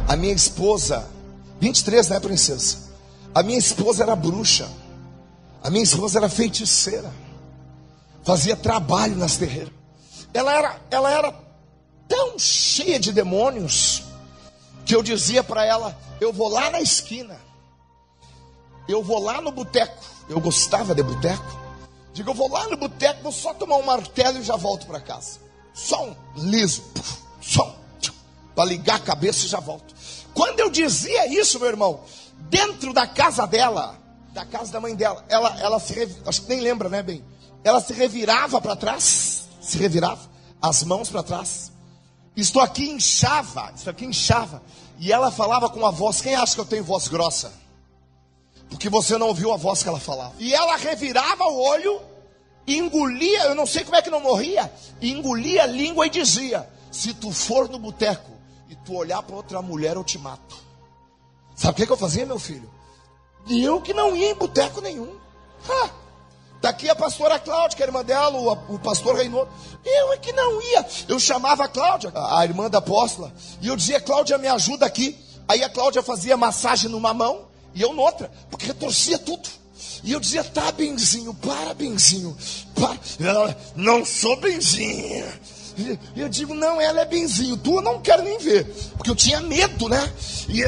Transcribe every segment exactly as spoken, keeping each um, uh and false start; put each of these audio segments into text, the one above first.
A minha esposa, vinte e três, né, princesa? A minha esposa era bruxa. A minha esposa era feiticeira. Fazia trabalho nas terreiras. Ela era, ela era tão cheia de demônios que eu dizia para ela: eu vou lá na esquina, eu vou lá no boteco. Eu gostava de boteco. Digo, eu vou lá no boteco, vou só tomar um martelo e já volto para casa. Só um liso, só um, para ligar a cabeça e já volto. Quando eu dizia isso, meu irmão, dentro da casa dela, da casa da mãe dela, ela, ela se, acho que nem lembra, né, bem? Ela se revirava para trás, se revirava, as mãos para trás. Isto aqui inchava, isso aqui inchava. E ela falava com a voz. Quem acha que eu tenho voz grossa? Porque você não ouviu a voz que ela falava. E ela revirava o olho, engolia, eu não sei como é que não morria, engolia a língua e dizia: se tu for no boteco e tu olhar para outra mulher, eu te mato. Sabe o que, que eu fazia, meu filho? Eu que não ia em boteco nenhum. Ha! Tá aqui a pastora Cláudia, que é a irmã dela, o, o pastor Reinaldo. Eu é que não ia. Eu chamava a Cláudia, a, a irmã da apóstola, e eu dizia: Cláudia, me ajuda aqui. Aí a Cláudia fazia massagem numa mão e eu noutra, porque retorcia tudo. E eu dizia: tá, Benzinho, para, Benzinho, para. Ela: não sou Benzinho. E eu digo: não, ela é Benzinho, tu eu não quero nem ver, porque eu tinha medo, né? E,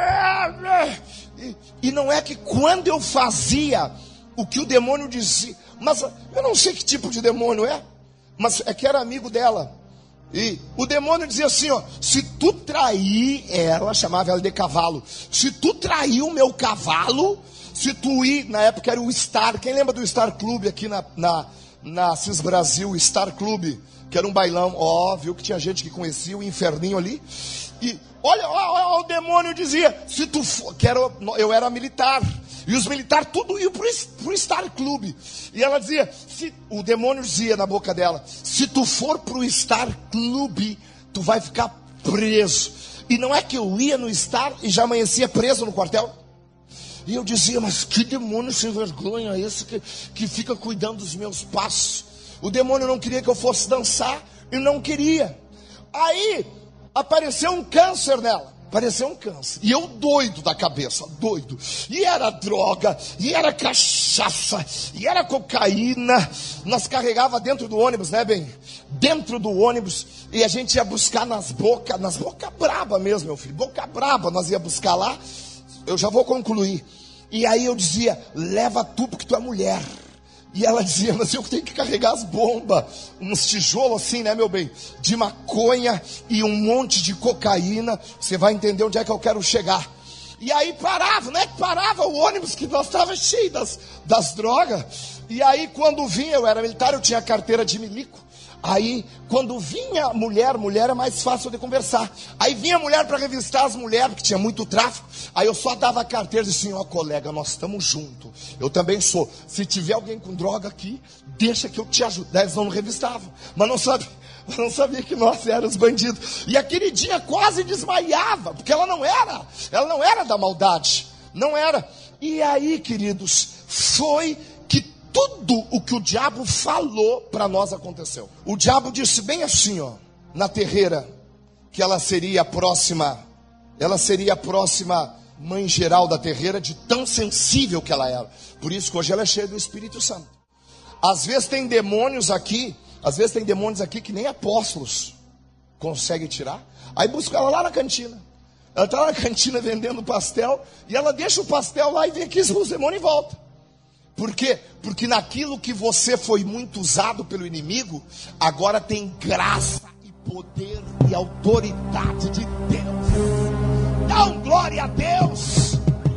e, e não é que quando eu fazia o que o demônio dizia, mas eu não sei que tipo de demônio é, mas é que era amigo dela. E o demônio dizia assim, ó: se tu trair ela, chamava ela de cavalo, se tu trair o meu cavalo, se tu ir, na época era o Star, quem lembra do Star Club aqui na, na, na Cis Brasil, o Star Club, que era um bailão, ó, viu que tinha gente que conhecia o inferninho ali. E olha, ó, ó, o demônio dizia: se tu for, que era, eu era militar, e os militares tudo iam pro, pro Star Club. E ela dizia, se, o demônio dizia na boca dela: se tu for pro Star Club, tu vai ficar preso. E não é que eu ia no Star e já amanhecia preso no quartel? E eu dizia: mas que demônio sem vergonha é esse que, que fica cuidando dos meus passos? O demônio não queria que eu fosse dançar, e não queria. Aí apareceu um câncer nela. Pareceu um câncer. E eu doido da cabeça, doido. E era droga, e era cachaça, e era cocaína. Nós carregava dentro do ônibus, né, bem? Dentro do ônibus. E a gente ia buscar nas bocas, nas bocas braba mesmo, meu filho. Boca braba, nós ia buscar lá. Eu já vou concluir. E aí eu dizia: leva tu, porque tu é mulher. E ela dizia: mas eu tenho que carregar as bombas, uns tijolos assim, né, meu bem, de maconha e um monte de cocaína. Você vai entender onde é que eu quero chegar. E aí parava, né, parava o ônibus, que nós estávamos cheios das, das drogas. E aí quando vinha, eu era militar, eu tinha carteira de milico. Aí quando vinha mulher, mulher é mais fácil de conversar. Aí vinha mulher para revistar as mulheres, porque tinha muito tráfico. Aí eu só dava a carteira e disse assim: ó, colega, nós estamos juntos. Eu também sou. Se tiver alguém com droga aqui, deixa que eu te ajudo. Daí eles não revistavam, mas não sabia, mas não sabia que nós éramos bandidos. E a queridinha quase desmaiava, porque ela não era, ela não era da maldade, não era. E aí, queridos, foi que tudo o que o diabo falou para nós aconteceu. O diabo disse bem assim, ó, na terreira, que ela seria a próxima, ela seria a próxima mãe geral da terreira, de tão sensível que ela era. Por isso que hoje ela é cheia do Espírito Santo. Às vezes tem demônios aqui, às vezes tem demônios aqui que nem apóstolos conseguem tirar. Aí busca ela lá na cantina. Ela está lá na cantina vendendo pastel, e ela deixa o pastel lá e vem aqui, os demônios e volta. Por quê? Porque naquilo que você foi muito usado pelo inimigo, agora tem graça e poder e autoridade de Deus. Dá um glória a Deus.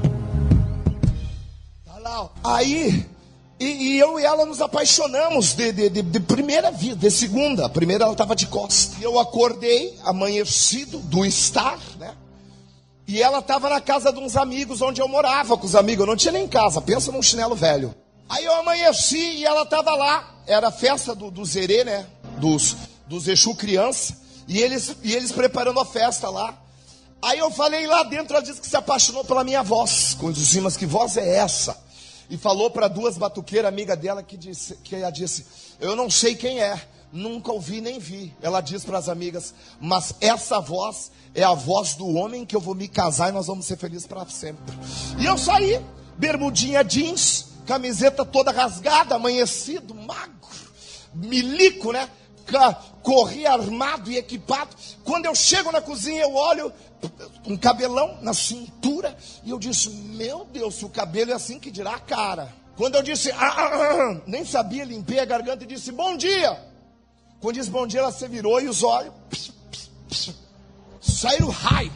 Tá lá, ó. Aí, e, e eu e ela nos apaixonamos de, de, de, de primeira vida, de segunda. A primeira ela estava de costas. E eu acordei, amanhecido, do estar, né? E ela estava na casa de uns amigos, onde eu morava com os amigos. Eu não tinha nem casa, pensa num chinelo velho. Aí eu amanheci e ela estava lá. Era a festa do, do Zerê, né? Dos, dos Exu criança. E eles, e eles preparando a festa lá. Aí eu falei lá dentro, ela disse que se apaixonou pela minha voz. Quando eu disse: mas que voz é essa? E falou para duas batuqueiras amigas dela que, disse, que ela disse: eu não sei quem é, Nunca ouvi nem vi. Ela diz para as amigas: mas essa voz é a voz do homem que eu vou me casar e nós vamos ser felizes para sempre. E eu saí, bermudinha jeans, camiseta toda rasgada, amanhecido, magro, milico, né? Corri armado e equipado. Quando eu chego na cozinha, eu olho um cabelão na cintura e eu disse: meu Deus, se o cabelo é assim, que dirá a cara. Quando eu disse, ah, ah, ah, nem sabia, limpei a garganta e disse: bom dia. Quando disse bom dia, ela se virou e os olhos pss, pss, pss, saíram raio.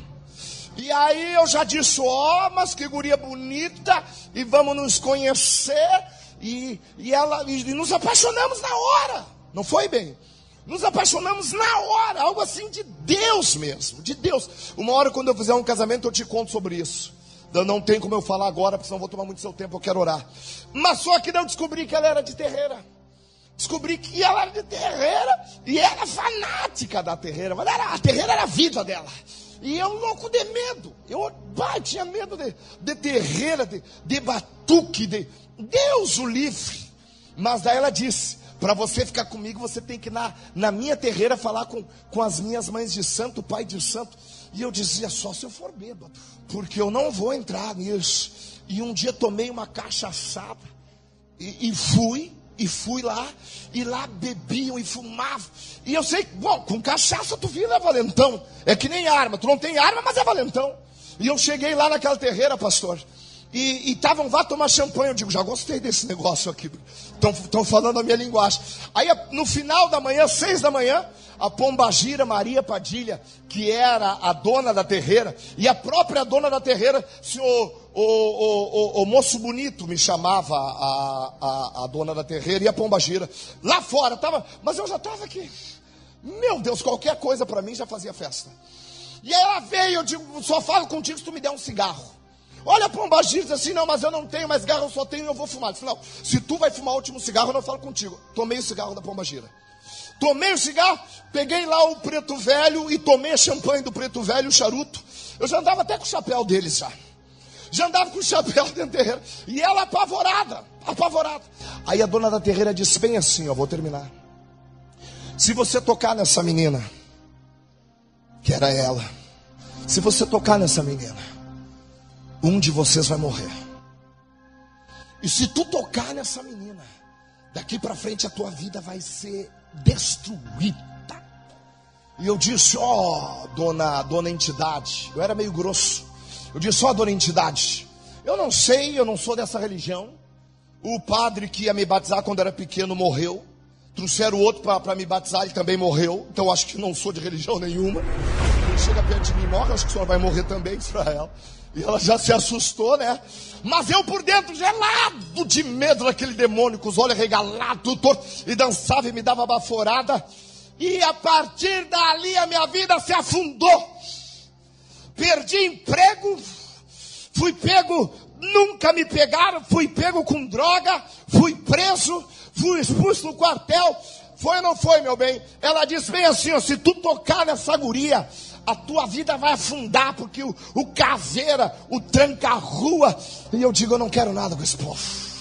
E aí eu já disse: ó, oh, mas que guria bonita, e vamos nos conhecer. E, e, ela, e nos apaixonamos na hora. Não foi, bem? Nos apaixonamos na hora, algo assim de Deus mesmo, de Deus. Uma hora, quando eu fizer um casamento, eu te conto sobre isso. Não tem como eu falar agora, porque senão eu vou tomar muito seu tempo, eu quero orar. Mas só que eu descobri que ela era de terreira. Descobri que ela era de terreira e era fanática da terreira. Mas era, a terreira era a vida dela. E eu louco de medo. Eu pai, tinha medo de, de terreira, de, de batuque, de Deus o livre. Mas daí ela disse: para você ficar comigo, você tem que ir na, na minha terreira falar com, com as minhas mães de santo, pai de santo. E eu dizia: só se eu for bêbado, porque eu não vou entrar nisso. E um dia tomei uma cachaçada e, e fui, e fui lá, e lá bebiam e fumavam. E eu sei, bom, com cachaça tu vira valentão. É que nem arma, tu não tem arma, mas é valentão. E eu cheguei lá naquela terreira, pastor, e estavam, vá tomar champanhe. Eu digo: já gostei desse negócio aqui, estão falando a minha linguagem. Aí no final da manhã, seis da manhã, a pombagira Maria Padilha, que era a dona da terreira, e a própria dona da terreira, senhor, o, o, o, o moço bonito me chamava a, a, a dona da terreira, e a pombagira lá fora, tava, mas eu já estava aqui. Meu Deus, qualquer coisa para mim já fazia festa. E aí ela veio, eu digo: só falo contigo se tu me der um cigarro. Olha a pombagira, diz assim: não, mas eu não tenho mais cigarro, eu só tenho e eu vou fumar. Eu disse: não, se tu vai fumar o último cigarro, eu não falo contigo. Tomei o cigarro da pombagira. Tomei o cigarro, peguei lá o preto velho e tomei a champanhe do preto velho, o charuto. Eu já andava até com o chapéu deles já. Já andava com o chapéu dentro da terreira. E ela apavorada, apavorada. Aí a dona da terreira disse bem assim, ó, vou terminar: se você tocar nessa menina, que era ela, se você tocar nessa menina, um de vocês vai morrer. E se tu tocar nessa menina, daqui para frente a tua vida vai ser destruída. E eu disse: ó, oh, dona, dona entidade. Eu era meio grosso. Eu disse: ó, oh, dona entidade, eu não sei, eu não sou dessa religião. O padre que ia me batizar quando era pequeno morreu. Trouxeram outro para me batizar, ele também morreu. Então eu acho que não sou de religião nenhuma. Quem chega perto de mim morre, acho que o senhor vai morrer também, Israel. E ela já se assustou, né? Mas eu por dentro gelado de medo daquele demônio, com os olhos regalados, tudo torto, e dançava e me dava baforada. E a partir dali a minha vida se afundou. Perdi emprego, fui pego, nunca me pegaram, fui pego com droga, fui preso, fui expulso no quartel. Foi ou não foi, meu bem? Ela disse bem assim, ó: se tu tocar nessa guria, a tua vida vai afundar, porque o, o caveira, o tranca-rua. E eu digo: eu não quero nada com esse povo.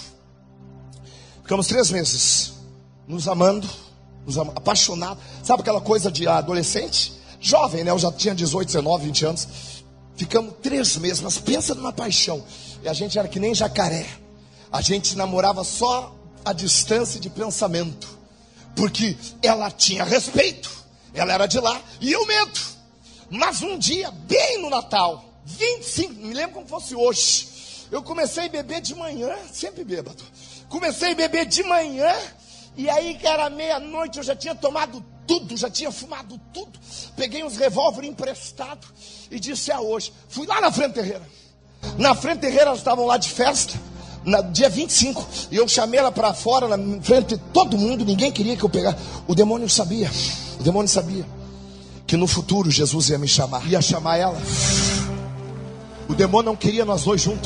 Ficamos três meses nos amando, nos am- apaixonados. Sabe aquela coisa de adolescente? Jovem, né? Eu já tinha dezoito, dezenove, vinte anos. Ficamos três meses, mas pensa numa paixão. E a gente era que nem jacaré. A gente namorava só a distância de pensamento, porque ela tinha respeito, ela era de lá e eu medo. Mas um dia, bem no Natal, vinte e cinco, me lembro como fosse hoje, eu comecei a beber de manhã, sempre bêbado. Comecei a beber de manhã, e aí que era meia-noite, eu já tinha tomado tudo, já tinha fumado tudo. Peguei uns revólver emprestados e disse: é hoje. Fui lá na frente terreira. Na frente terreira, elas estavam lá de festa, no dia vinte e cinco, e eu chamei ela para fora, na frente de todo mundo, ninguém queria que eu pegasse. O demônio sabia, o demônio sabia que no futuro Jesus ia me chamar, ia chamar ela. O demônio não queria nós dois juntos,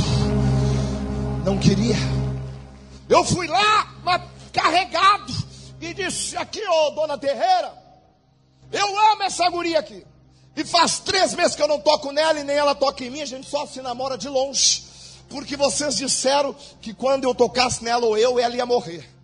não queria. Eu fui lá, mas carregado, e disse: aqui, ô dona terreira, eu amo essa guria aqui, e faz três meses que eu não toco nela e nem ela toca em mim, a gente só se namora de longe, porque vocês disseram que quando eu tocasse nela ou eu, ela ia morrer.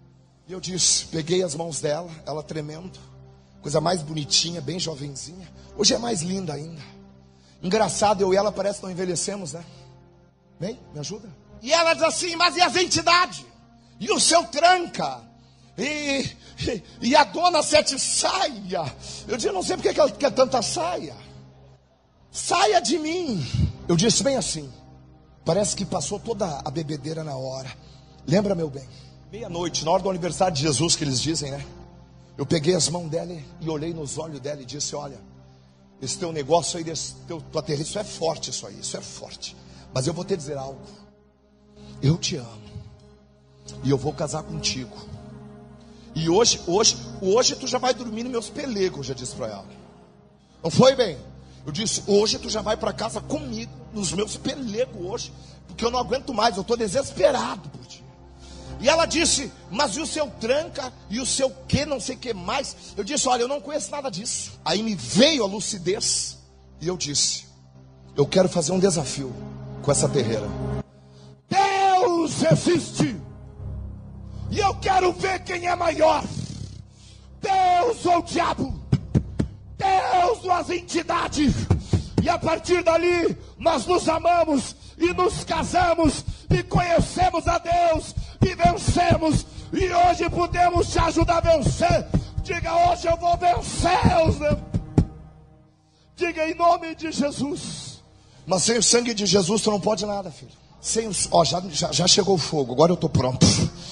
E eu disse, peguei as mãos dela, ela tremendo, coisa mais bonitinha, bem jovenzinha. Hoje é mais linda ainda. Engraçado, eu e ela parece que não envelhecemos, né? Bem, me ajuda? E ela diz assim, mas e as entidades? E o seu tranca? E, e, e a dona sete saia? Eu disse, eu não sei porque que ela quer tanta saia. Saia de mim. Eu disse bem assim, parece que passou toda a bebedeira na hora. Lembra, meu bem? Meia-noite, na hora do aniversário de Jesus, que eles dizem, né? Eu peguei as mãos dela e olhei nos olhos dela e disse, olha, esse teu negócio aí, desse teu, tua terra, isso é forte, isso aí, isso é forte. Mas eu vou te dizer algo. Eu te amo. E eu vou casar contigo. E hoje, hoje, hoje tu já vai dormir nos meus pelegos, eu já disse para ela. Não foi, bem? Eu disse, hoje tu já vai para casa comigo, nos meus pelegos hoje, porque eu não aguento mais, eu estou desesperado por ti. E ela disse, mas e o seu tranca, e o seu que, não sei o que mais? Eu disse, olha, eu não conheço nada disso. Aí me veio a lucidez, e eu disse, eu quero fazer um desafio com essa terreira. Deus existe, e eu quero ver quem é maior, Deus ou o diabo, Deus ou as entidades. E a partir dali, nós nos amamos, e nos casamos, e conhecemos a Deus, e vencemos, e hoje podemos te ajudar a vencer. Diga, hoje eu vou vencer os meus. Diga em nome de Jesus. Mas sem o sangue de Jesus tu não pode nada, filho. Sem o, ó, já, já, já chegou o fogo, agora eu estou pronto.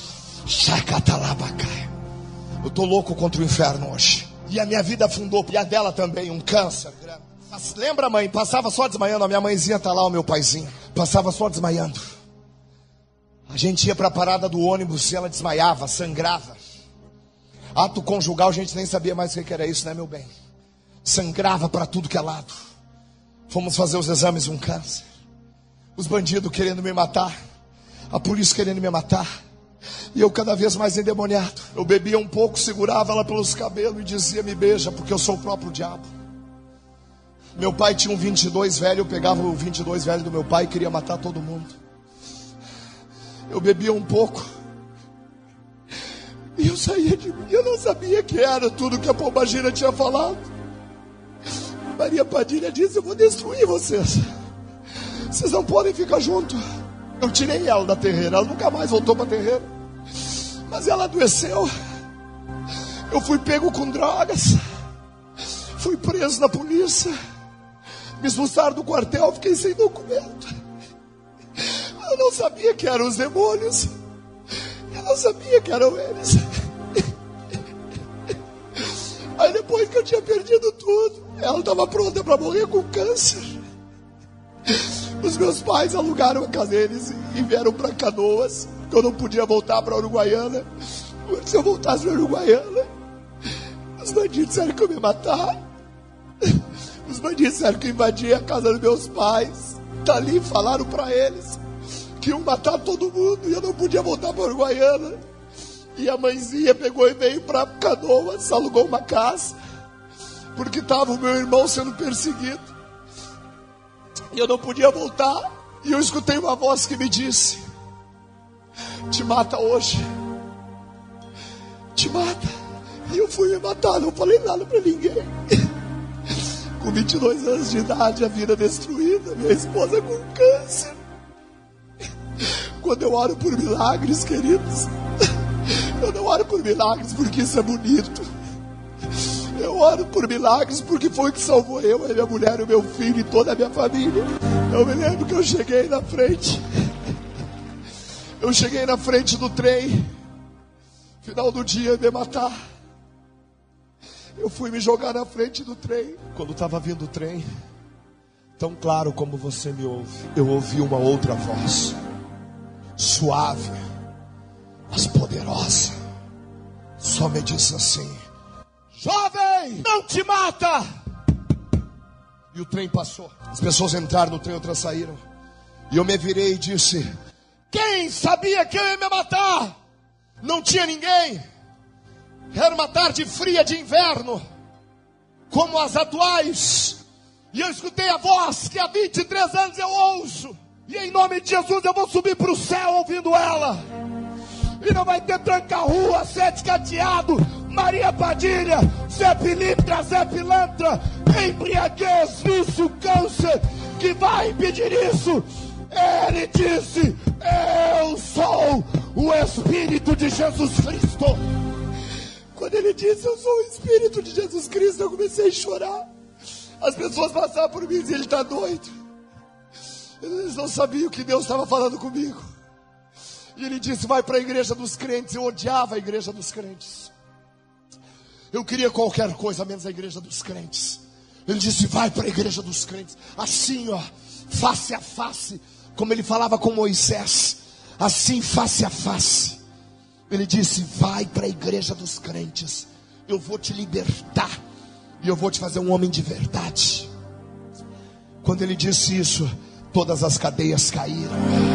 Eu estou louco contra o inferno hoje. E a minha vida afundou, e a dela também, um câncer grande. Mas lembra, mãe, passava só desmaiando. A minha mãezinha está lá, o meu paizinho, passava só desmaiando. A gente ia para a parada do ônibus e ela desmaiava, sangrava. Ato conjugal, a gente nem sabia mais o que era isso, né, meu bem? Sangrava para tudo que é lado. Fomos fazer os exames, um câncer. Os bandidos querendo me matar, a polícia querendo me matar, e eu cada vez mais endemoniado. Eu bebia um pouco, segurava ela pelos cabelos e dizia, me beija, porque eu sou o próprio diabo. Meu pai tinha um vinte e dois velho, eu pegava o vinte e dois velho do meu pai e queria matar todo mundo. Eu bebia um pouco e eu saía de mim. Eu não sabia que era tudo que a Pombagira tinha falado. Maria Padilha disse, eu vou destruir vocês. Vocês não podem ficar juntos. Eu tirei ela da terreira, ela nunca mais voltou para a terreira. Mas ela adoeceu. Eu fui pego com drogas. Fui preso na polícia. Me expulsaram do quartel, fiquei sem documento. Eu não sabia que eram os demônios. Eu não sabia que eram eles. Aí depois que eu tinha perdido tudo, ela estava pronta para morrer com câncer. Os meus pais alugaram a casa deles e vieram para Canoas, porque eu não podia voltar para Uruguaiana. Se eu voltasse para Uruguaiana, os bandidos disseram que eu ia me matar. Os bandidos disseram que eu invadia a casa dos meus pais. Dali falaram para eles que iam matar todo mundo e eu não podia voltar para Uruguaiana. E a mãezinha pegou e veio para Canoas, alugou uma casa, porque estava o meu irmão sendo perseguido. E eu não podia voltar. E eu escutei uma voz que me disse, te mata hoje. Te mata. E eu fui me matar, não falei nada para ninguém. Com vinte e dois anos de idade, a vida destruída, minha esposa com câncer. Quando eu oro por milagres, queridos, eu não oro por milagres porque isso é bonito. Eu oro por milagres porque foi o que salvou eu, a minha mulher, o meu filho e toda a minha família. Eu me lembro que eu cheguei na frente. Eu cheguei na frente do trem. Final do dia, me matar. Eu fui me jogar na frente do trem. Quando estava vindo o trem, tão claro como você me ouve, eu ouvi uma outra voz, suave, mas poderosa. Só me disse assim, jovem, não te mata. E o trem passou. As pessoas entraram no trem, outras saíram. E eu me virei e disse, quem sabia que eu ia me matar? Não tinha ninguém. Era uma tarde fria de inverno, como as atuais. E eu escutei a voz que há vinte e três anos eu ouço. E em nome de Jesus eu vou subir para o céu ouvindo ela. e não vai ter tranca-rua, sete cadeado, Maria Padilha, Zé Pilintra, Zé Pilantra, embriaguez, vício, câncer, que vai impedir isso. Ele disse: eu sou o Espírito de Jesus Cristo. Quando ele disse: eu sou o Espírito de Jesus Cristo, eu comecei a chorar. As pessoas passavam por mim e diziam: ele está doido. Eles não sabiam que Deus estava falando comigo. E ele disse: vai para a igreja dos crentes. Eu odiava a igreja dos crentes. Eu queria qualquer coisa menos a igreja dos crentes. Ele disse: vai para a igreja dos crentes. Assim, ó, face a face, como ele falava com Moisés, assim, face a face. Ele disse: vai para a igreja dos crentes. Eu vou te libertar e eu vou te fazer um homem de verdade. Quando ele disse isso, todas as cadeias caíram.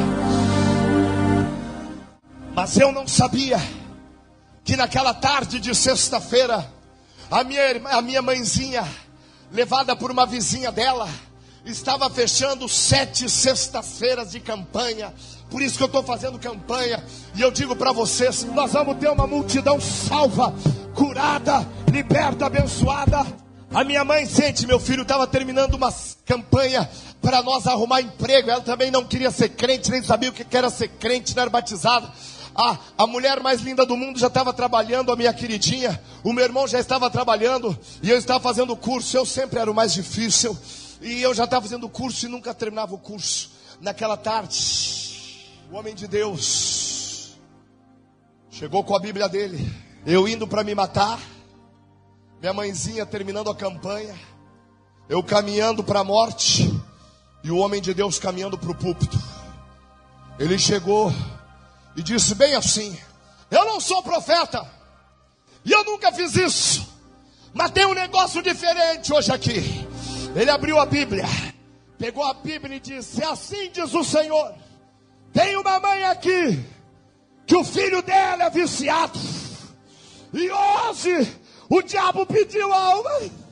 Mas eu não sabia que naquela tarde de sexta-feira, a minha, a minha mãezinha, levada por uma vizinha dela, estava fechando sete sextas-feiras de campanha. Por isso que eu estou fazendo campanha. E eu digo para vocês: nós vamos ter uma multidão salva, curada, liberta, abençoada. A minha mãe, sente, meu filho estava terminando uma campanha para nós arrumar emprego. Ela também não queria ser crente, nem sabia o que era ser crente, não era batizada. A, a mulher mais linda do mundo já estava trabalhando, a minha queridinha. O meu irmão já estava trabalhando e eu estava fazendo o curso. Eu sempre era o mais difícil e eu já estava fazendo o curso e nunca terminava o curso. Naquela tarde, o homem de Deus chegou com a Bíblia dele, eu indo para me matar, minha mãezinha terminando a campanha, eu caminhando para a morte e o homem de Deus caminhando para o púlpito. Ele chegou e disse bem assim: eu não sou profeta e eu nunca fiz isso, mas tem um negócio diferente hoje aqui. Ele abriu a Bíblia, pegou a Bíblia e disse: assim diz o Senhor, tem uma mãe aqui que o filho dela é viciado e hoje o diabo pediu a alma.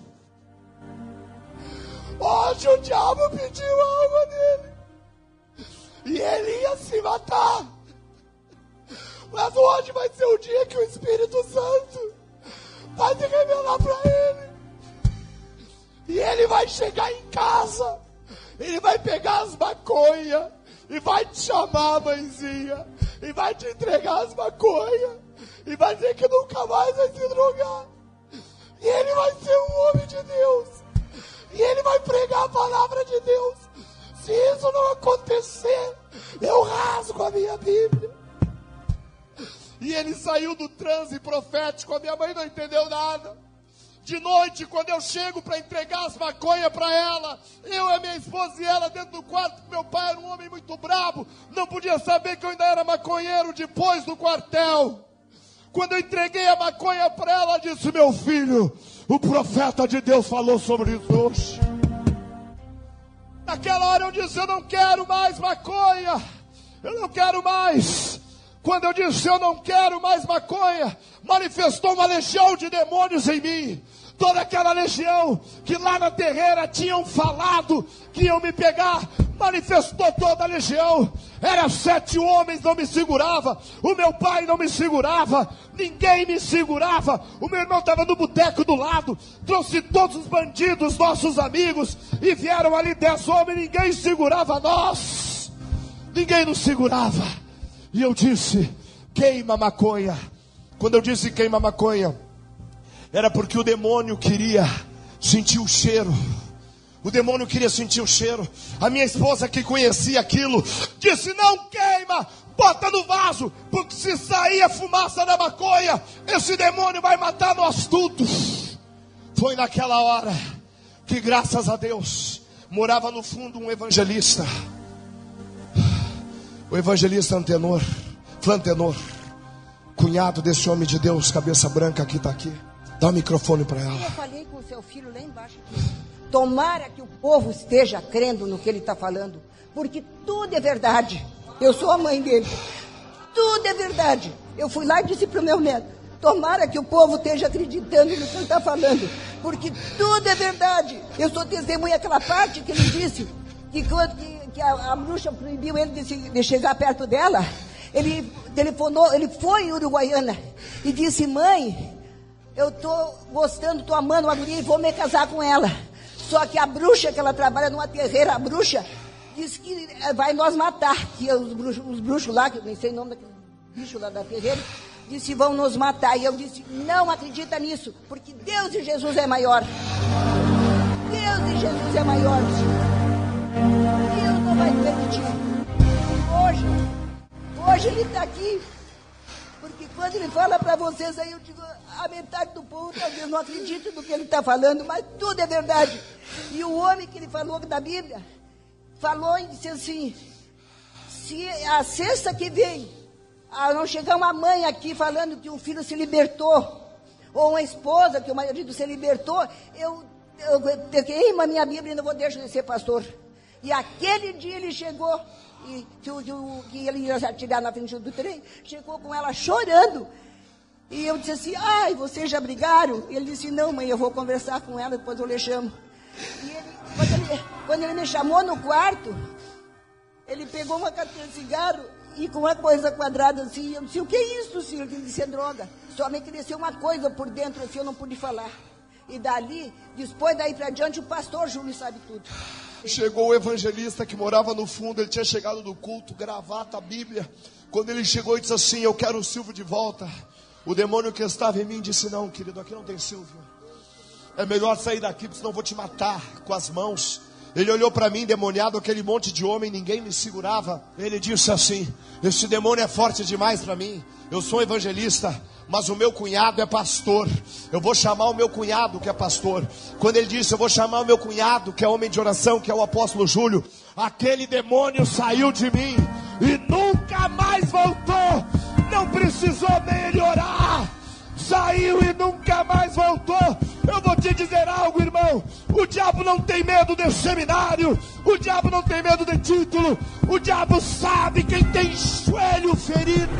Hoje o diabo pediu a alma dele e ele ia se matar. Mas hoje vai ser o dia que o Espírito Santo vai se revelar para ele. E ele vai chegar em casa, ele vai pegar as maconhas e vai te chamar, mãezinha, e vai te entregar as maconhas e vai dizer que nunca mais vai se drogar. E ele vai ser um homem de Deus e ele vai pregar a palavra de Deus. Se isso não acontecer, eu rasgo a minha Bíblia. E ele saiu do transe profético. A minha mãe não entendeu nada. De noite, quando eu chego para entregar as maconhas para ela, eu e minha esposa e ela dentro do quarto, meu pai era um homem muito brabo, não podia saber que eu ainda era maconheiro depois do quartel. Quando eu entreguei a maconha para ela, ela disse: meu filho, o profeta de Deus falou sobre isso hoje. Naquela hora eu disse: eu não quero mais maconha, eu não quero mais. Quando eu disse: eu não quero mais maconha, manifestou uma legião de demônios em mim. Toda aquela legião que lá na terreira tinham falado que iam me pegar, manifestou toda a legião. Era sete homens, não me segurava. O meu pai não me segurava. Ninguém me segurava. O meu irmão estava no boteco do lado. Trouxe todos os bandidos, nossos amigos, e vieram ali dez homens. Ninguém segurava nós. Ninguém nos segurava. E eu disse: queima a maconha. Quando eu disse queima a maconha, era porque o demônio queria sentir o cheiro. O demônio queria sentir o cheiro. A minha esposa, que conhecia aquilo, disse: não queima, bota no vaso, porque se sair a fumaça da maconha, esse demônio vai matar nós tudo. Foi naquela hora que, graças a Deus, morava no fundo um evangelista. O evangelista Antenor, Flantenor, cunhado desse homem de Deus, cabeça branca, que está aqui. Dá o microfone para ela. Eu falei com o seu filho lá embaixo aqui. Tomara que o povo esteja crendo no que ele está falando, porque tudo é verdade. Eu sou a mãe dele. Tudo é verdade. Eu fui lá e disse para o meu neto: tomara que o povo esteja acreditando no que ele está falando, porque tudo é verdade. Eu sou testemunha daquela parte que ele disse que, que, que a, a bruxa proibiu ele de, se, de chegar perto dela. Ele telefonou, ele foi em Uruguaiana e disse: mãe, eu estou gostando, estou amando uma guria e vou me casar com ela. Só que a bruxa, que ela trabalha numa terreira, a bruxa, disse que vai nos matar. Que os bruxos, os bruxos lá, que eu nem sei o nome daquele bicho lá da terreira, disse: vão nos matar. E eu disse: não acredita nisso, porque Deus e Jesus é maior. Deus e Jesus é maior. Deus não vai permitir. Hoje, hoje ele está aqui, porque quando ele fala para vocês aí, eu digo, a metade do povo talvez não acredite no que ele está falando, mas tudo é verdade. E o homem que ele falou da Bíblia, falou e disse assim: se a sexta que vem, a não chegar uma mãe aqui falando que um filho se libertou, ou uma esposa que o marido se libertou, eu, eu, eu queimo a minha Bíblia e não vou deixar de ser pastor. E aquele dia ele chegou, e que, que, que ele ia tirar na frente do trem, chegou com ela chorando. E eu disse assim: ai, vocês já brigaram? E ele disse: não, mãe, eu vou conversar com ela, depois eu lhe chamo. E ele, quando, ele, quando ele me chamou no quarto, ele pegou uma carteira de cigarro e com uma coisa quadrada assim, eu disse: o que é isso, senhor? Ele disse: é droga. Somente desceu uma coisa por dentro assim, eu não pude falar. E dali, depois daí para diante, o pastor Júlio sabe tudo. Chegou o evangelista que morava no fundo, ele tinha chegado do culto, gravata, a Bíblia. Quando ele chegou e disse assim: eu quero o Silvio de volta. O demônio que estava em mim disse: não, querido, aqui não tem Silvio. É melhor sair daqui, porque senão eu vou te matar com as mãos. Ele olhou para mim, demoniado, aquele monte de homem, ninguém me segurava. Ele disse assim: esse demônio é forte demais para mim. Eu sou evangelista, mas o meu cunhado é pastor. Eu vou chamar o meu cunhado que é pastor. Quando ele disse: eu vou chamar o meu cunhado que é homem de oração, que é o apóstolo Júlio, aquele demônio saiu de mim e nunca mais voltou. Não precisou nem ele orar, saiu e nunca mais voltou. Eu vou te dizer algo, irmão: o diabo não tem medo de seminário, o diabo não tem medo de título, o diabo sabe quem tem joelho ferido.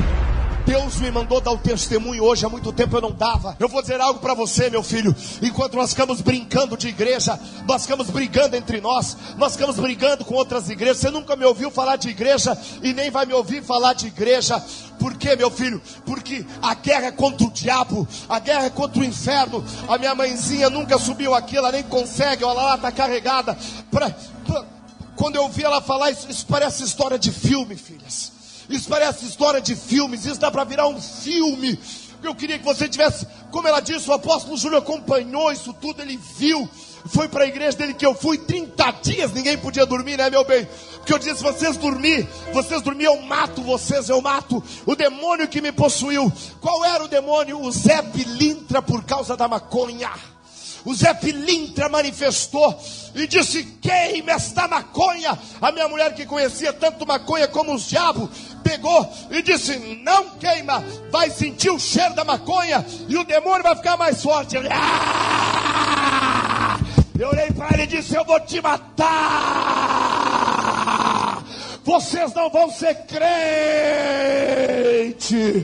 Deus me mandou dar o testemunho hoje, há muito tempo eu não dava. Eu vou dizer algo para você, meu filho. Enquanto nós ficamos brincando de igreja, nós ficamos brigando entre nós, nós ficamos brigando com outras igrejas. Você nunca me ouviu falar de igreja e nem vai me ouvir falar de igreja. Por quê, meu filho? Porque a guerra é contra o diabo, a guerra é contra o inferno. A minha mãezinha nunca subiu aqui, ela nem consegue, ela lá está carregada. Pra, pra, quando eu ouvi ela falar, isso, isso parece história de filme, filhas. Isso parece história de filmes, isso dá para virar um filme. Eu queria que você tivesse, como ela disse, o apóstolo Júlio acompanhou isso tudo, ele viu. Foi para a igreja dele que eu fui, trinta dias, ninguém podia dormir, né, meu bem? Porque eu disse: se vocês dormir, vocês dormir, eu mato vocês, eu mato o demônio que me possuiu. Qual era o demônio? O Zé Pilintra, por causa da maconha. O Zé Pilintra manifestou e disse: queime esta maconha. A minha mulher, que conhecia tanto maconha como os diabos, pegou e disse: não queima, vai sentir o cheiro da maconha e o demônio vai ficar mais forte. Ele, ah! Eu olhei para ele e disse: eu vou te matar, vocês não vão ser crente.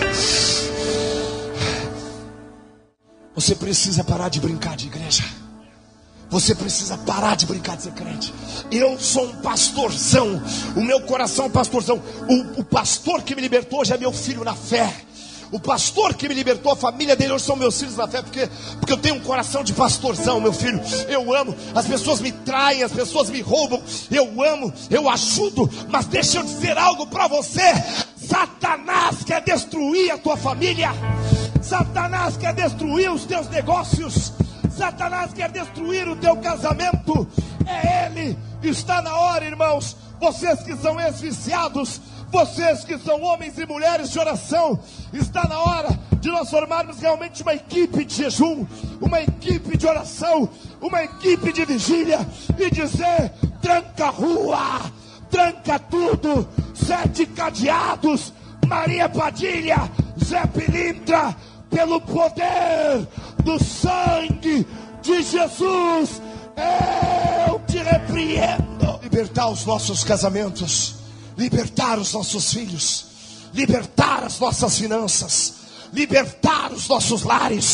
Você precisa parar de brincar de igreja. Você precisa parar de brincar de ser crente. Eu sou um pastorzão. O meu coração é um pastorzão. O, o pastor que me libertou hoje é meu filho na fé. O pastor que me libertou, a família dele hoje são meus filhos na fé. Porque, porque eu tenho um coração de pastorzão, meu filho. Eu amo. As pessoas me traem, as pessoas me roubam. Eu amo, eu ajudo. Mas deixa eu dizer algo para você. Satanás quer destruir a tua família. Satanás quer destruir os teus negócios. Satanás quer destruir o teu casamento. É ele. Está na hora, irmãos. Vocês que são ex-viciados, vocês que são homens e mulheres de oração, está na hora de nós formarmos realmente uma equipe de jejum, uma equipe de oração, uma equipe de vigília e dizer: tranca a rua, tranca tudo, sete cadeados, Maria Padilha, Zé Pilintra, pelo poder do sangue de Jesus, eu te repreendo. Libertar os nossos casamentos, libertar os nossos filhos, libertar as nossas finanças, libertar os nossos lares.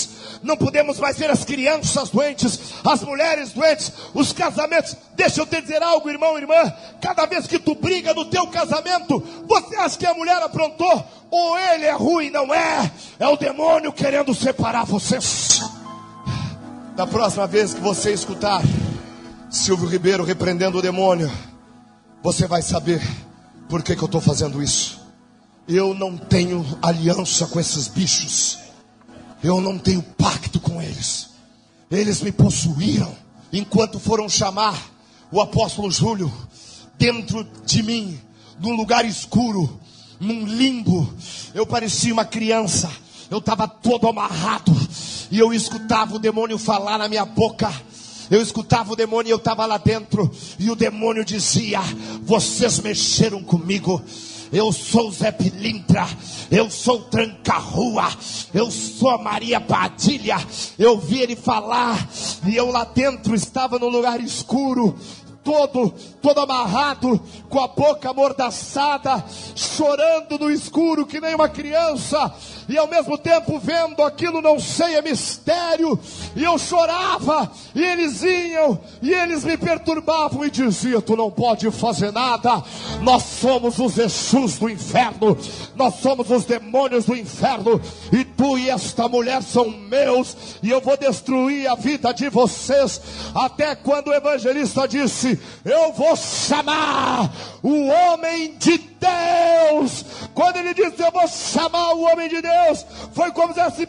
não podemos mais ver as crianças doentes, as mulheres doentes, os casamentos. Deixa eu te dizer algo, irmão, irmã, cada vez que tu briga no teu casamento, você acha que a mulher aprontou, ou ele é ruim? Não é, é o demônio querendo separar vocês. Da próxima vez que você escutar Silvio Ribeiro repreendendo o demônio, você vai saber por que que eu estou fazendo isso. Eu não tenho aliança com esses bichos. Eu não tenho pacto com eles. Eles me possuíram enquanto foram chamar o apóstolo Júlio dentro de mim, num lugar escuro, num limbo. Eu parecia uma criança. Eu estava todo amarrado e eu escutava o demônio falar na minha boca. Eu escutava o demônio e eu estava lá dentro. E o demônio dizia: vocês mexeram comigo. Eu sou Zé Pilintra, eu sou Tranca-Rua, eu sou a Maria Padilha. Eu vi ele falar e eu lá dentro estava num lugar escuro, todo, todo amarrado, com a boca amordaçada, chorando no escuro que nem uma criança, e ao mesmo tempo vendo aquilo, não sei, é mistério. E eu chorava, e eles iam, e eles me perturbavam e diziam: tu não pode fazer nada, nós somos os Exus do inferno, nós somos os demônios do inferno, e tu e esta mulher são meus, e eu vou destruir a vida de vocês. Até quando o evangelista disse: eu vou chamar o homem de Deus. Quando ele disse: eu vou chamar o homem de Deus, foi como se assim,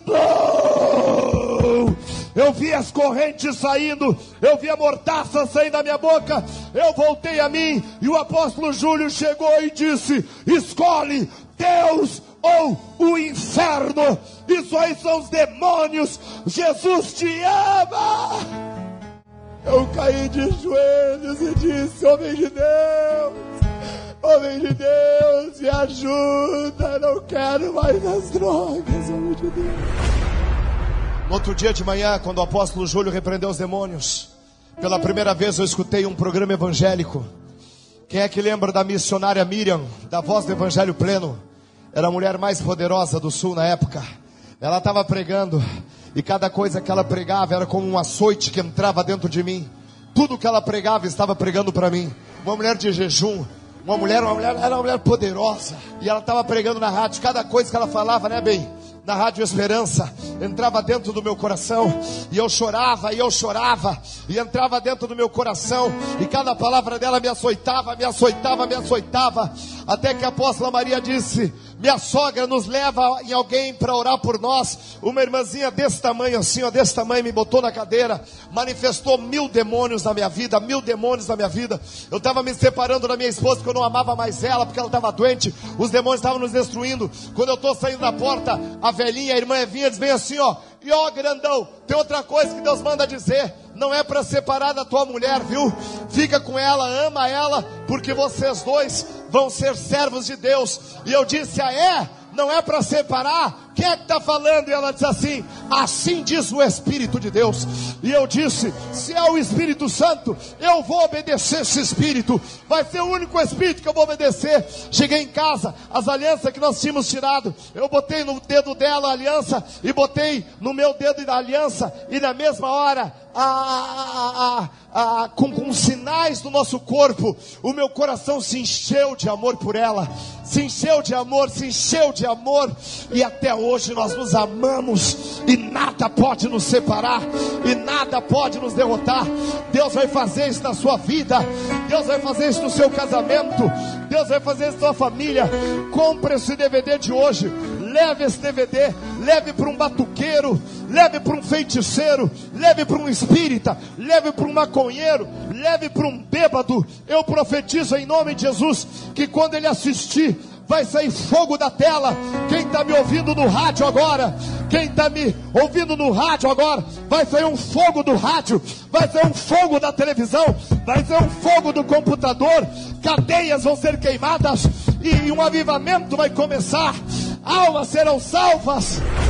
eu vi as correntes saindo, eu vi a mordaça saindo da minha boca. Eu voltei a mim e o apóstolo Júlio chegou e disse: escolhe Deus ou o inferno. Isso aí são os demônios. Jesus te ama. Eu caí de joelhos e disse: homem de Deus, homem de Deus, me ajuda, não quero mais as drogas, homem de Deus. No outro dia de manhã, quando o apóstolo Júlio repreendeu os demônios, pela primeira vez eu escutei um programa evangélico. Quem é que lembra da missionária Miriam, da Voz do Evangelho Pleno? Era a mulher mais poderosa do sul na época. Ela estava pregando, e cada coisa que ela pregava era como um açoite que entrava dentro de mim. Tudo que ela pregava estava pregando para mim. Uma mulher de jejum, uma mulher, uma mulher, era uma mulher poderosa. E ela estava pregando na rádio, cada coisa que ela falava, né, bem? Na Rádio Esperança, entrava dentro do meu coração, e eu chorava, e eu chorava, e entrava dentro do meu coração, e cada palavra dela me açoitava, me açoitava, me açoitava, até que a apóstola Maria disse: minha sogra nos leva em alguém para orar por nós. Uma irmãzinha desse tamanho, assim, ó, desse tamanho, me botou na cadeira, manifestou mil demônios na minha vida, mil demônios na minha vida. Eu estava me separando da minha esposa, porque eu não amava mais ela, porque ela estava doente, os demônios estavam nos destruindo. Quando eu estou saindo da porta, a velhinha, a irmã Evinha, diz bem assim, ó: e ó, grandão, tem outra coisa que Deus manda dizer, não é para separar da tua mulher, viu? Fica com ela, ama ela, porque vocês dois vão ser servos de Deus. E eu disse: ah, é? Não é para separar? Quem é que está falando? E ela disse assim: assim diz o Espírito de Deus. E eu disse: se é o Espírito Santo, eu vou obedecer esse Espírito, vai ser o único Espírito que eu vou obedecer. Cheguei em casa, as alianças que nós tínhamos tirado, eu botei no dedo dela a aliança, e botei no meu dedo da aliança, e na mesma hora, a, a, a, a, com, com sinais do nosso corpo, o meu coração se encheu de amor por ela, se encheu de amor, se encheu de amor, e até hoje nós nos amamos, e nada pode nos separar, e nada pode nos derrotar. Deus vai fazer isso na sua vida, Deus vai fazer isso no seu casamento, Deus vai fazer isso na sua família. Compre esse D V D de hoje, leve esse D V D, leve para um batuqueiro, leve para um feiticeiro, leve para um espírita, leve para um maconheiro, leve para um bêbado. Eu profetizo em nome de Jesus que quando ele assistir, vai sair fogo da tela. Quem está me ouvindo no rádio agora, quem está me ouvindo no rádio agora, vai sair um fogo do rádio, vai sair um fogo da televisão, vai sair um fogo do computador, cadeias vão ser queimadas, e um avivamento vai começar, almas serão salvas.